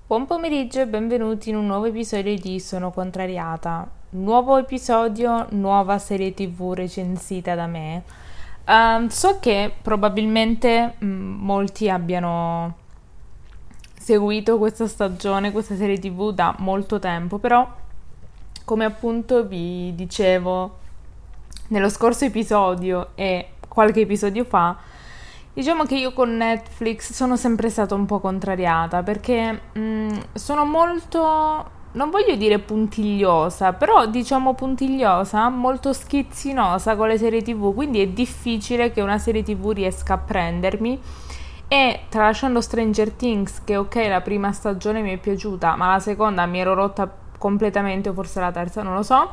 Buon pomeriggio e benvenuti in un nuovo episodio di Sono Contrariata. Nuovo episodio, nuova serie TV recensita da me. So che probabilmente molti abbiano seguito questa stagione, questa serie TV da molto tempo, però come appunto vi dicevo nello scorso episodio e qualche episodio fa, diciamo che io con Netflix sono sempre stata un po' contrariata perché sono molto, non voglio dire puntigliosa, però diciamo puntigliosa, molto schizzinosa con le serie TV, quindi è difficile che una serie TV riesca a prendermi. E tralasciando Stranger Things, che ok, la prima stagione mi è piaciuta, ma la seconda mi ero rotta completamente, o forse la terza, non lo so.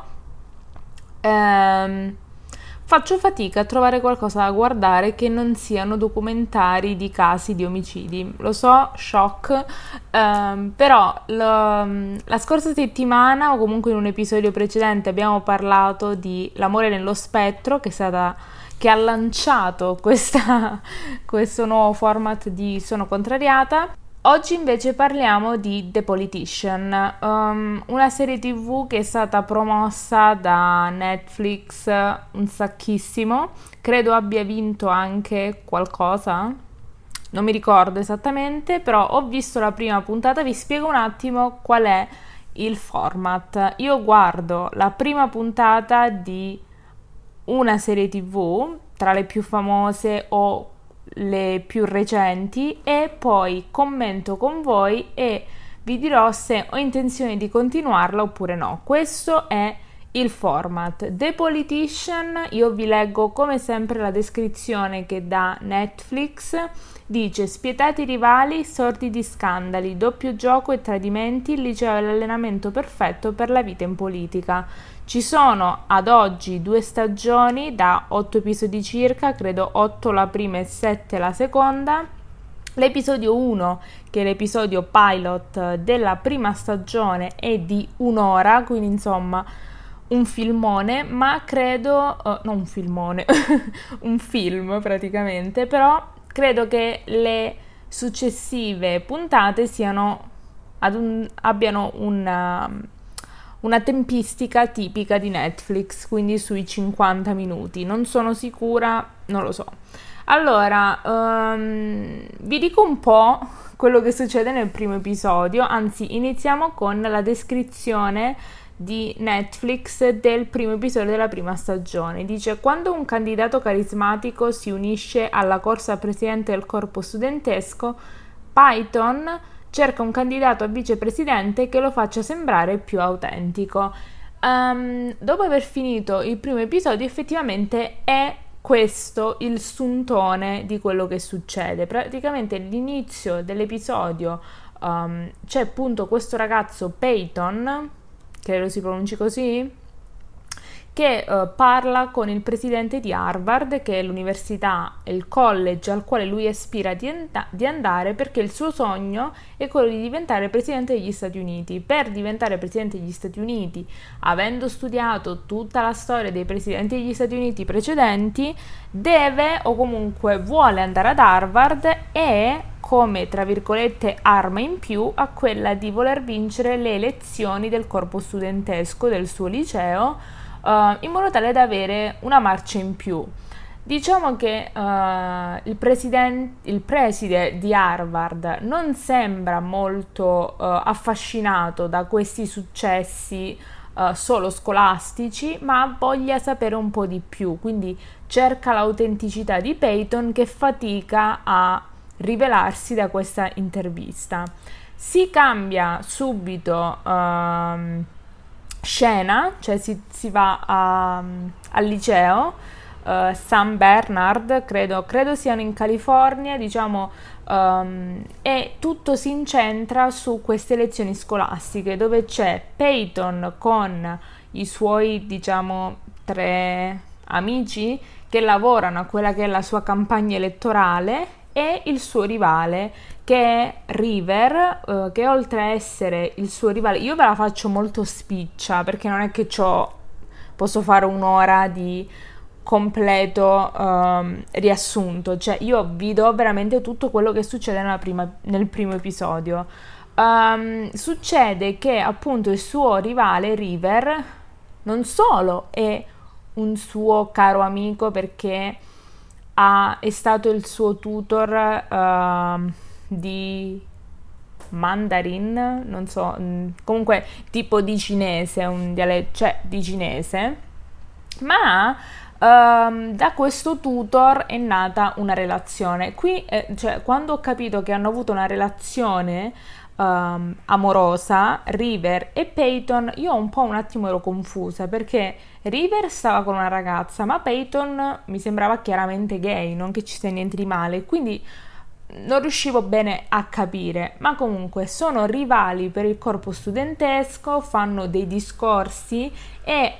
Faccio fatica a trovare qualcosa da guardare che non siano documentari di casi di omicidi. Lo so, shock, però la scorsa settimana, o comunque in un episodio precedente, abbiamo parlato di L'amore nello spettro, che ha lanciato questo nuovo format di Sono Contrariata. Oggi invece parliamo di The Politician, una serie TV che è stata promossa da Netflix un sacchissimo, credo abbia vinto anche qualcosa, non mi ricordo esattamente, però ho visto la prima puntata, vi spiego un attimo qual è il format. Io guardo la prima puntata di una serie TV, tra le più famose o le più recenti, e poi commento con voi e vi dirò se ho intenzione di continuarla oppure no. Questo è il format. The Politician, io vi leggo come sempre la descrizione che dà Netflix. Dice: spietati rivali, sordidi scandali, doppio gioco e tradimenti, il liceo è l'allenamento perfetto per la vita in politica. Ci sono ad oggi 2 stagioni da 8 episodi circa, credo 8 la prima e 7 la seconda. L'episodio 1, che è l'episodio pilot della prima stagione, è di un'ora, quindi insomma un filmone, ma credo, non un filmone, un film praticamente, però credo che le successive puntate abbiano una tempistica tipica di Netflix, quindi sui 50 minuti. Non sono sicura, non lo so. Allora, vi dico un po' quello che succede nel primo episodio, anzi iniziamo con la descrizione di Netflix del primo episodio della prima stagione. Dice: quando un candidato carismatico si unisce alla corsa a presidente del corpo studentesco, Python cerca un candidato a vicepresidente che lo faccia sembrare più autentico. Dopo aver finito il primo episodio, effettivamente è questo il suntone di quello che succede. Praticamente all'inizio dell'episodio c'è appunto questo ragazzo Peyton, credo si pronunci così, che parla con il presidente di Harvard, che è l'università e il college al quale lui aspira di andare, perché il suo sogno è quello di diventare presidente degli Stati Uniti. Per diventare presidente degli Stati Uniti, avendo studiato tutta la storia dei presidenti degli Stati Uniti precedenti, deve o comunque vuole andare ad Harvard e, come tra virgolette arma in più, a quella di voler vincere le elezioni del corpo studentesco del suo liceo, in modo tale da avere una marcia in più. Diciamo che il preside di Harvard non sembra molto affascinato da questi successi solo scolastici, ma voglia sapere un po' di più, quindi cerca l'autenticità di Peyton, che fatica a rivelarsi da questa intervista. Si cambia subito scena, cioè si va al liceo San Bernard, credo siano in California, diciamo, e tutto si incentra su queste lezioni scolastiche, dove c'è Peyton con i suoi, diciamo, 3 amici che lavorano a quella che è la sua campagna elettorale, e il suo rivale, che è River, che oltre a essere il suo rivale, io ve la faccio molto spiccia perché non è che posso fare un'ora di completo riassunto, cioè io vi do veramente tutto quello che succede nel primo episodio. succede che appunto il suo rivale River non solo è un suo caro amico perché è stato il suo tutor di Mandarin, non so, comunque tipo di cinese, un dialetto, cioè di cinese, ma da questo tutor è nata una relazione. Qui, cioè, quando ho capito che hanno avuto una relazione amorosa, River e Peyton, io un attimo ero confusa perché River stava con una ragazza, ma Peyton mi sembrava chiaramente gay, non che ci sia niente di male, quindi non riuscivo bene a capire, ma comunque sono rivali per il corpo studentesco, fanno dei discorsi e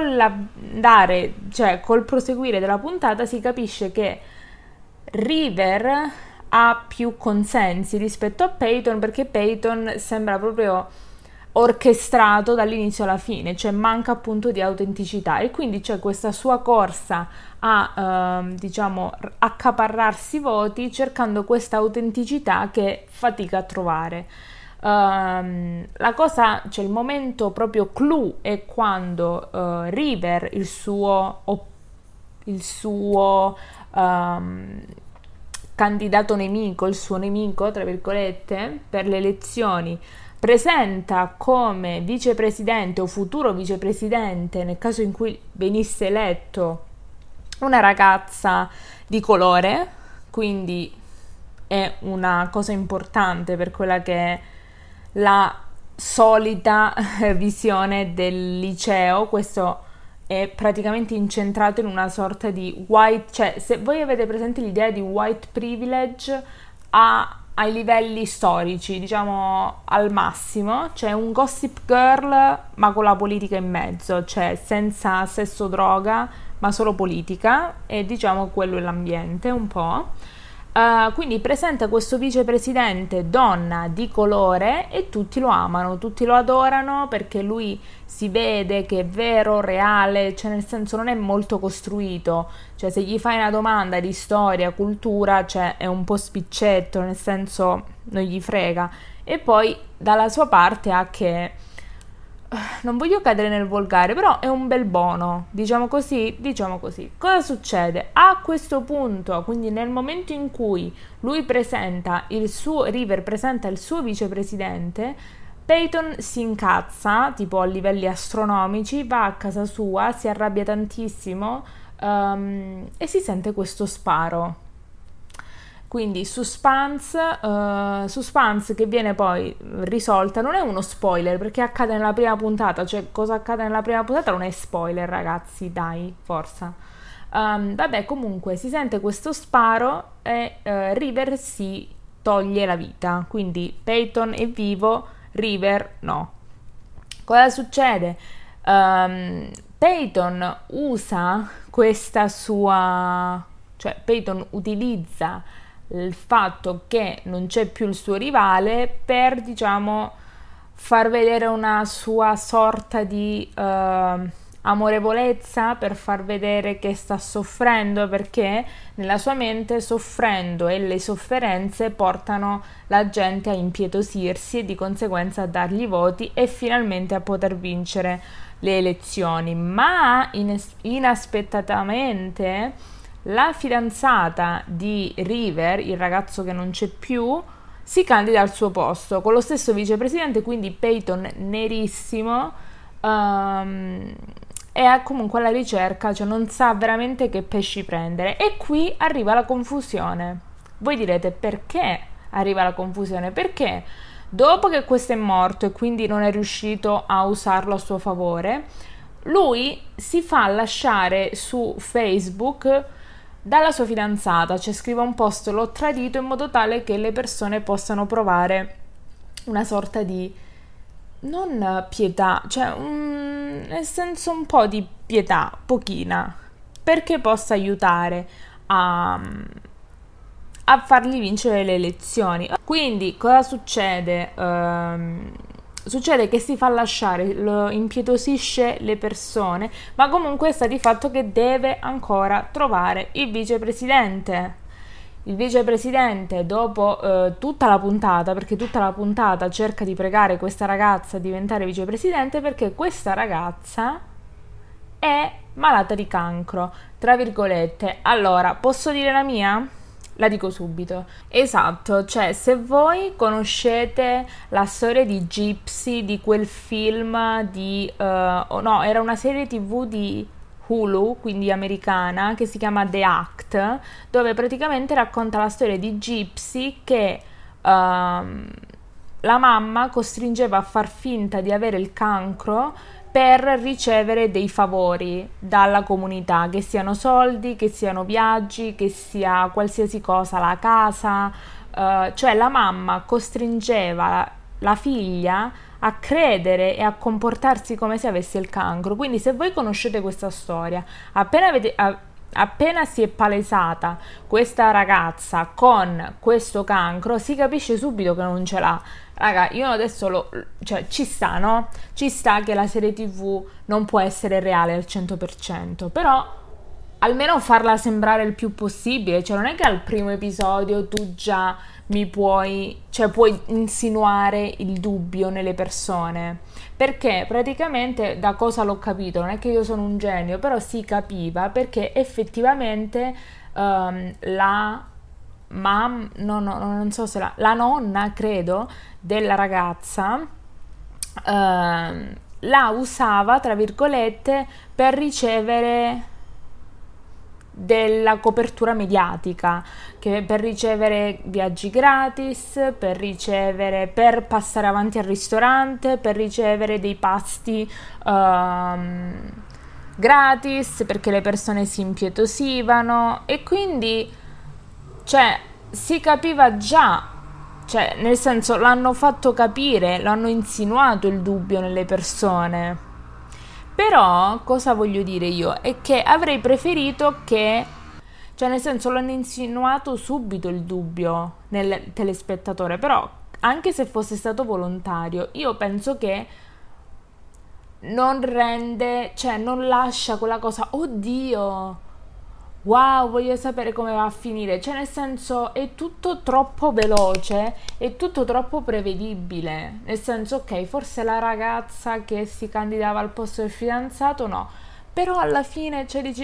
col proseguire della puntata si capisce che River ha più consensi rispetto a Peyton, perché Peyton sembra proprio orchestrato dall'inizio alla fine, cioè manca appunto di autenticità, e quindi c'è questa sua corsa a diciamo accaparrarsi voti cercando questa autenticità che fatica a trovare. La cosa, cioè il momento proprio clou è quando River, il suo candidato nemico, il suo nemico tra virgolette per le elezioni, presenta come vicepresidente o futuro vicepresidente, nel caso in cui venisse eletto, una ragazza di colore, quindi è una cosa importante per quella che è la solita visione del liceo. Questo è praticamente incentrato in una sorta di white, cioè se voi avete presente l'idea di white privilege ai livelli storici, diciamo al massimo, c'è un Gossip Girl ma con la politica in mezzo, cioè senza sesso, droga, ma solo politica, e diciamo quello è l'ambiente un po'. Quindi presenta questo vicepresidente donna di colore e tutti lo amano, tutti lo adorano perché lui si vede che è vero, reale, cioè nel senso non è molto costruito, cioè se gli fai una domanda di storia, cultura, cioè è un po' spiccetto, nel senso non gli frega. E poi dalla sua parte ha che non voglio cadere nel volgare, però è un bel bono, diciamo così, diciamo così. Cosa succede? A questo punto, quindi nel momento in cui River presenta il suo vicepresidente, Peyton si incazza, tipo a livelli astronomici, va a casa sua, si arrabbia tantissimo e si sente questo sparo. Quindi suspense che viene poi risolta, non è uno spoiler perché accade nella prima puntata, cioè cosa accade nella prima puntata non è spoiler ragazzi, dai, forza. Vabbè, comunque si sente questo sparo e River si toglie la vita, quindi Peyton è vivo, River no. Cosa succede? Peyton usa questa sua, cioè Peyton utilizza il fatto che non c'è più il suo rivale per, diciamo, far vedere una sua sorta di amorevolezza, per far vedere che sta soffrendo, perché nella sua mente soffrendo e le sofferenze portano la gente a impietosirsi e di conseguenza a dargli voti e finalmente a poter vincere le elezioni. Ma inaspettatamente la fidanzata di River, il ragazzo che non c'è più, si candida al suo posto con lo stesso vicepresidente, quindi Peyton nerissimo, è comunque alla ricerca, cioè non sa veramente che pesci prendere, e qui arriva la confusione. Voi direte perché arriva la confusione? Perché dopo che questo è morto e quindi non è riuscito a usarlo a suo favore, lui si fa lasciare su Facebook dalla sua fidanzata, cioè scrive un post: l'ho tradito, in modo tale che le persone possano provare una sorta di, non pietà, cioè nel senso un po' di pietà, pochina, perché possa aiutare a fargli vincere le elezioni. Quindi cosa succede? Succede che si fa lasciare, lo impietosisce le persone, ma comunque sta di fatto che deve ancora trovare il vicepresidente. il vicepresidente, dopo tutta la puntata, perché tutta la puntata cerca di pregare questa ragazza a diventare vicepresidente, perché questa ragazza è malata di cancro, tra virgolette. Allora, posso dire la mia? La dico subito. Esatto, cioè se voi conoscete la storia di Gypsy, di quel film di... oh no, era una serie TV di Hulu, quindi americana, che si chiama The Act, dove praticamente racconta la storia di Gypsy che la mamma costringeva a far finta di avere il cancro per ricevere dei favori dalla comunità, che siano soldi, che siano viaggi, che sia qualsiasi cosa, la casa, cioè la mamma costringeva la figlia a credere e a comportarsi come se avesse il cancro. Quindi se voi conoscete questa storia, appena si è palesata questa ragazza con questo cancro, si capisce subito che non ce l'ha. Raga, io adesso cioè, ci sta, no? Ci sta che la serie TV non può essere reale al 100%, però almeno farla sembrare il più possibile. Cioè, non è che al primo episodio tu già puoi insinuare il dubbio nelle persone. Perché praticamente, da cosa l'ho capito, non è che io sono un genio, però si capiva perché effettivamente la non so se la nonna, credo, della ragazza la usava, tra virgolette, per ricevere della copertura mediatica, che per ricevere viaggi gratis, per passare avanti al ristorante, per ricevere dei pasti gratis, perché le persone si impietosivano, e quindi cioè si capiva già, cioè nel senso l'hanno fatto capire, l'hanno insinuato il dubbio nelle persone. Però cosa voglio dire io è che avrei preferito che, cioè nel senso l'hanno insinuato subito il dubbio nel telespettatore, però anche se fosse stato volontario, io penso che non rende, cioè non lascia quella cosa, oddio, wow, voglio sapere come va a finire. Cioè, nel senso, è tutto troppo veloce, è tutto troppo prevedibile. Nel senso, ok, forse la ragazza che si candidava al posto del fidanzato, no. Però alla fine, cioè, dici...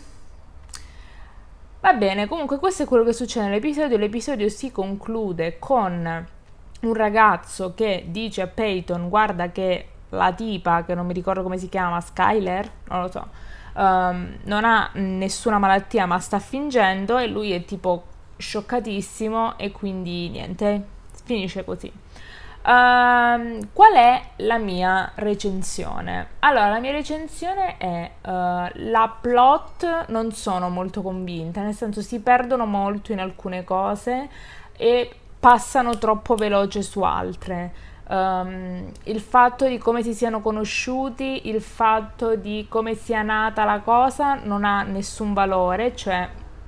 Va bene, comunque questo è quello che succede nell'episodio. L'episodio si conclude con un ragazzo che dice a Peyton, guarda che la tipa, che non mi ricordo come si chiama, Skyler, non lo so, non ha nessuna malattia ma sta fingendo, e lui è tipo scioccatissimo, e quindi niente, finisce così. Qual è la mia recensione? Allora, la mia recensione è la plot non sono molto convinta, nel senso si perdono molto in alcune cose e passano troppo veloce su altre. Il fatto di come si siano conosciuti, il fatto di come sia nata la cosa non ha nessun valore, cioè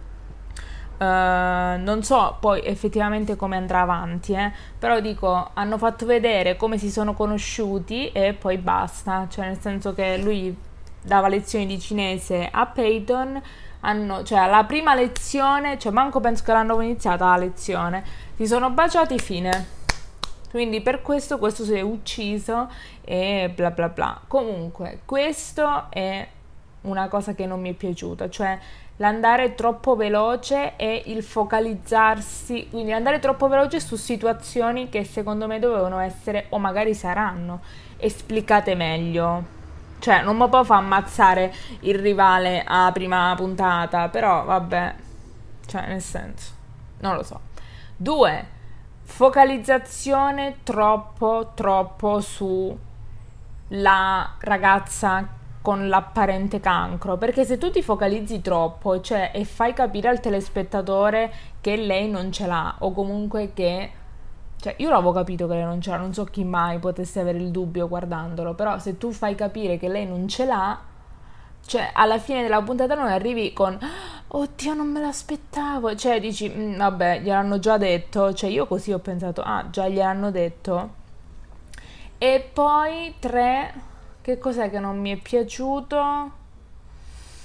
non so poi effettivamente come andrà avanti, però dico, hanno fatto vedere come si sono conosciuti e poi basta, cioè nel senso che lui dava lezioni di cinese a Peyton, cioè alla prima lezione, cioè manco penso che l'hanno iniziata la lezione, si sono baciati, fine. Quindi per questo si è ucciso e bla bla bla. Comunque, questo è una cosa che non mi è piaciuta, cioè l'andare troppo veloce e il focalizzarsi, quindi andare troppo veloce su situazioni che secondo me dovevano essere, o magari saranno, esplicate meglio. Cioè, non mi può far ammazzare il rivale a prima puntata, però vabbè, cioè nel senso, non lo so. 2. Focalizzazione troppo su la ragazza con l'apparente cancro, perché se tu ti focalizzi troppo, cioè, e fai capire al telespettatore che lei non ce l'ha, o comunque che, cioè, io l'avevo capito che lei non ce l'ha, non so chi mai potesse avere il dubbio guardandolo, però se tu fai capire che lei non ce l'ha, cioè alla fine della puntata non arrivi con oddio, non me l'aspettavo, cioè dici vabbè, gliel'hanno già detto, cioè io così ho pensato, già gliel'hanno detto. E poi 3, che cos'è che non mi è piaciuto?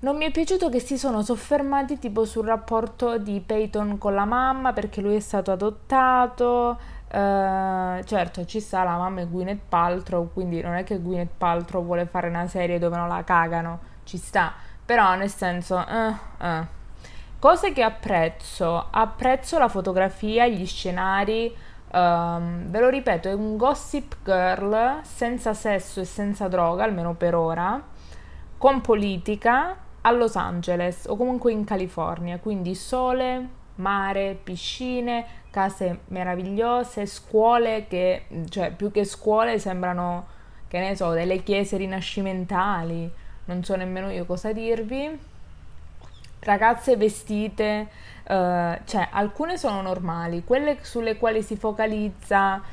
Non mi è piaciuto che si sono soffermati tipo sul rapporto di Peyton con la mamma perché lui è stato adottato. Certo, ci sta, la mamma è Gwyneth Paltrow, quindi non è che Gwyneth Paltrow vuole fare una serie dove non la cagano, ci sta, però nel senso, cose che apprezzo la fotografia, gli scenari, ve lo ripeto, è un Gossip Girl senza sesso e senza droga, almeno per ora, con politica a Los Angeles o comunque in California, quindi sole, mare, piscine, case meravigliose, scuole che, cioè più che scuole sembrano, che ne so, delle chiese rinascimentali, non so nemmeno io cosa dirvi. Ragazze vestite, cioè alcune sono normali, quelle sulle quali si focalizza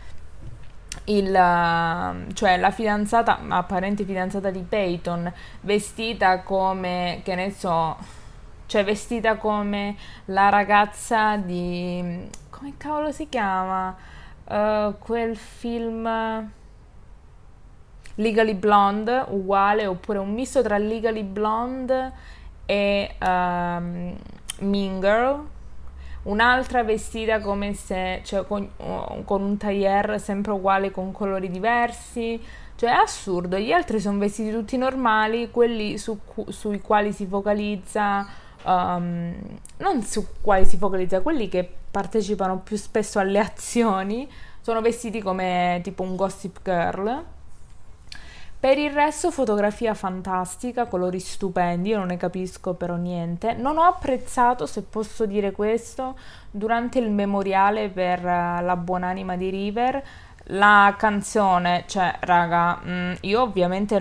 cioè la fidanzata, apparente fidanzata di Peyton, vestita come, che ne so, cioè vestita come la ragazza di, come cavolo si chiama? Quel film Legally Blonde, uguale, oppure un misto tra Legally Blonde e Mean Girl, un'altra vestita come se, cioè con un tailleur sempre uguale con colori diversi, cioè è assurdo. Gli altri sono vestiti tutti normali, quelli sui quali si focalizza, non su quali si focalizza, quelli che partecipano più spesso alle azioni sono vestiti come tipo un Gossip Girl. Per il resto fotografia fantastica, colori stupendi, io non ne capisco però niente. Non ho apprezzato, se posso dire questo, durante il memoriale per la buonanima di River, la canzone, cioè raga, io ovviamente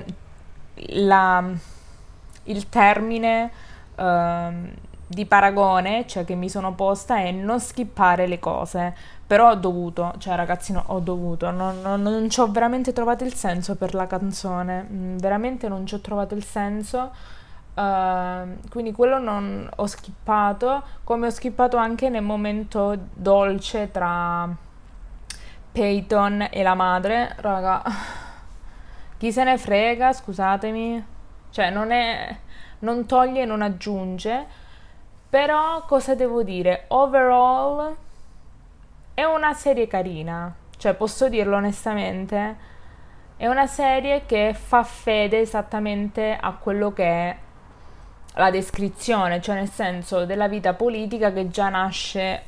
il termine di paragone, cioè che mi sono posta è non skippare le cose, però ho dovuto, cioè ragazzi no, ho dovuto, non ci ho veramente trovato il senso per la canzone, veramente non ci ho trovato il senso, quindi quello non ho skippato, come ho skippato anche nel momento dolce tra Peyton e la madre, raga, chi se ne frega, scusatemi, cioè non toglie, non aggiunge, però cosa devo dire? Overall è una serie carina, cioè posso dirlo onestamente, è una serie che fa fede esattamente a quello che è la descrizione, cioè nel senso della vita politica che già nasce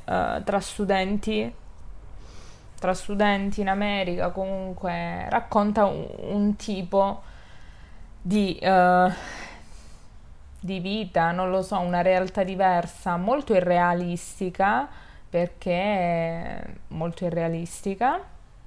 tra studenti in America, comunque racconta un tipo di vita, non lo so, una realtà diversa, molto irrealistica, perché è molto irrealistica,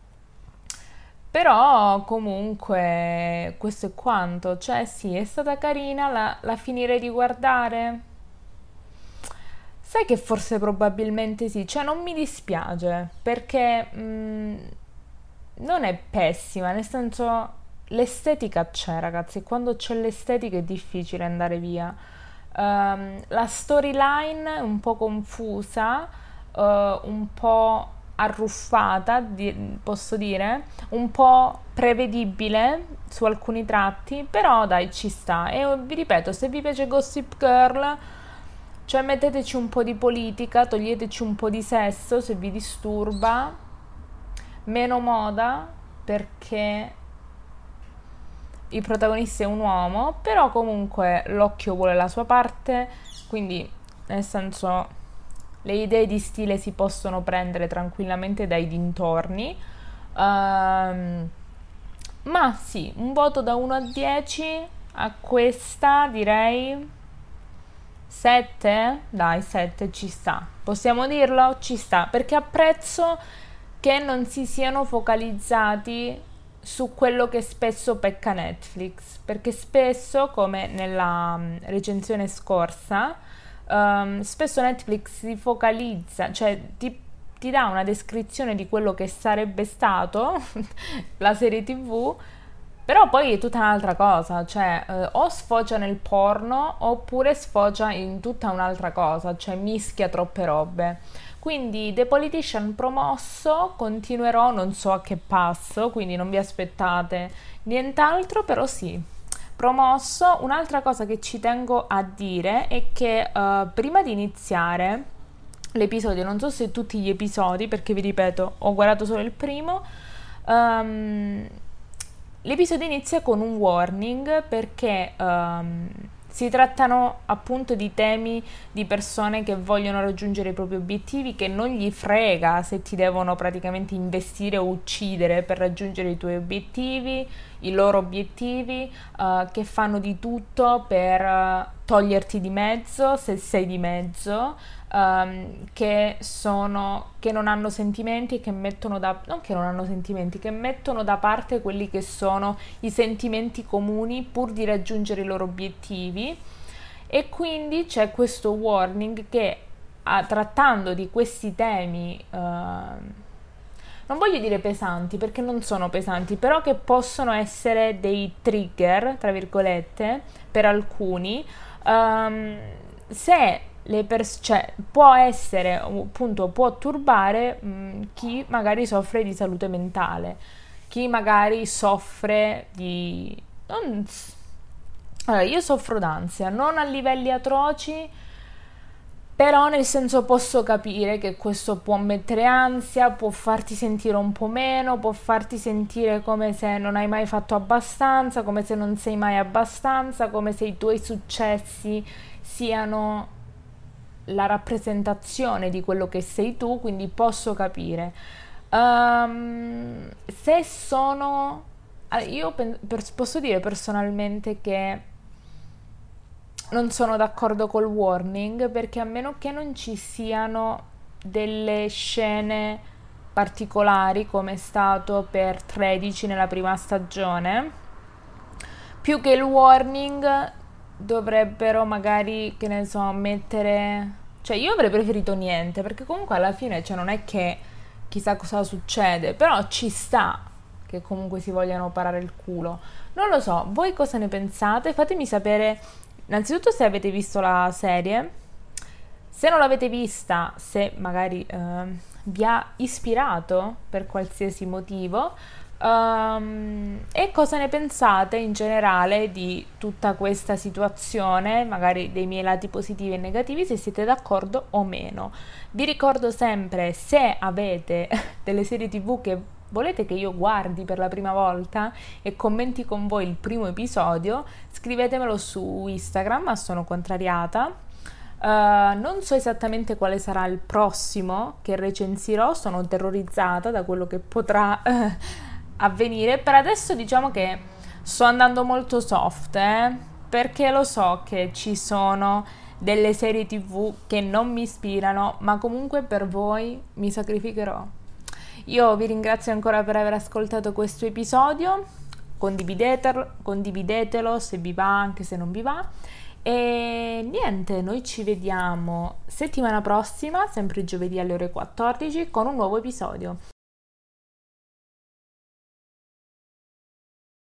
però comunque questo è quanto, cioè sì, è stata carina, la finirei di guardare? Sai che forse probabilmente sì, cioè non mi dispiace, perché non è pessima, nel senso l'estetica c'è, ragazzi, e quando c'è l'estetica è difficile andare via. La storyline è un po' confusa, un po' arruffata, posso dire, un po' prevedibile su alcuni tratti, però dai, ci sta. E vi ripeto, se vi piace Gossip Girl, cioè metteteci un po' di politica, toglieteci un po' di sesso se vi disturba, meno moda perché il protagonista è un uomo, però comunque l'occhio vuole la sua parte, quindi nel senso le idee di stile si possono prendere tranquillamente dai dintorni. Ma sì, un voto da 1 a 10 a questa direi 7? Dai, 7 ci sta. Possiamo dirlo? Ci sta, perché apprezzo che non si siano focalizzati su quello che spesso pecca Netflix, perché spesso, come nella recensione scorsa, spesso Netflix si focalizza, cioè ti dà una descrizione di quello che sarebbe stato la serie TV, però poi è tutta un'altra cosa, cioè o sfocia nel porno oppure sfocia in tutta un'altra cosa, cioè mischia troppe robe. Quindi The Politician promosso, continuerò, non so a che passo, quindi non vi aspettate nient'altro, però sì, promosso. Un'altra cosa che ci tengo a dire è che prima di iniziare l'episodio, non so se tutti gli episodi, perché vi ripeto, ho guardato solo il primo, l'episodio inizia con un warning perché si trattano appunto di temi di persone che vogliono raggiungere i propri obiettivi, che non gli frega se ti devono praticamente investire o uccidere per raggiungere i tuoi obiettivi, i loro obiettivi, che fanno di tutto per toglierti di mezzo se sei di mezzo, che non hanno sentimenti e che mettono che mettono da parte quelli che sono i sentimenti comuni pur di raggiungere i loro obiettivi. E quindi c'è questo warning che, trattando di questi temi, non voglio dire pesanti perché non sono pesanti, però che possono essere dei trigger, tra virgolette, per alcuni, se cioè, può essere, appunto, può turbare chi magari soffre di salute mentale, chi magari soffre di... Allora, io soffro d'ansia, non a livelli atroci, però nel senso posso capire che questo può mettere ansia, può farti sentire un po' meno, può farti sentire come se non hai mai fatto abbastanza, come se non sei mai abbastanza, come se i tuoi successi siano la rappresentazione di quello che sei tu, quindi posso capire. Se sono... Io posso dire personalmente che non sono d'accordo col warning, perché a meno che non ci siano delle scene particolari come è stato per 13 nella prima stagione, più che il warning dovrebbero magari, che ne so, mettere... Cioè io avrei preferito niente, perché comunque alla fine, cioè, non è che chissà cosa succede, però ci sta che comunque si vogliano parare il culo. Non lo so, voi cosa ne pensate? Fatemi sapere innanzitutto se avete visto la serie, se non l'avete vista, se magari vi ha ispirato per qualsiasi motivo, e cosa ne pensate in generale di tutta questa situazione, magari dei miei lati positivi e negativi, se siete d'accordo o meno. Vi ricordo sempre, se avete delle serie TV che volete che io guardi per la prima volta e commenti con voi il primo episodio, scrivetemelo su Instagram a Sono Contrariata. Non so esattamente quale sarà il prossimo che recensirò, sono terrorizzata da quello che potrà avvenire. Per adesso diciamo che sto andando molto soft, perché lo so che ci sono delle serie TV che non mi ispirano, ma comunque per voi mi sacrificherò. Io vi ringrazio ancora per aver ascoltato questo episodio, condividetelo se vi va, anche se non vi va, e niente, noi ci vediamo settimana prossima, sempre giovedì alle ore 14, con un nuovo episodio.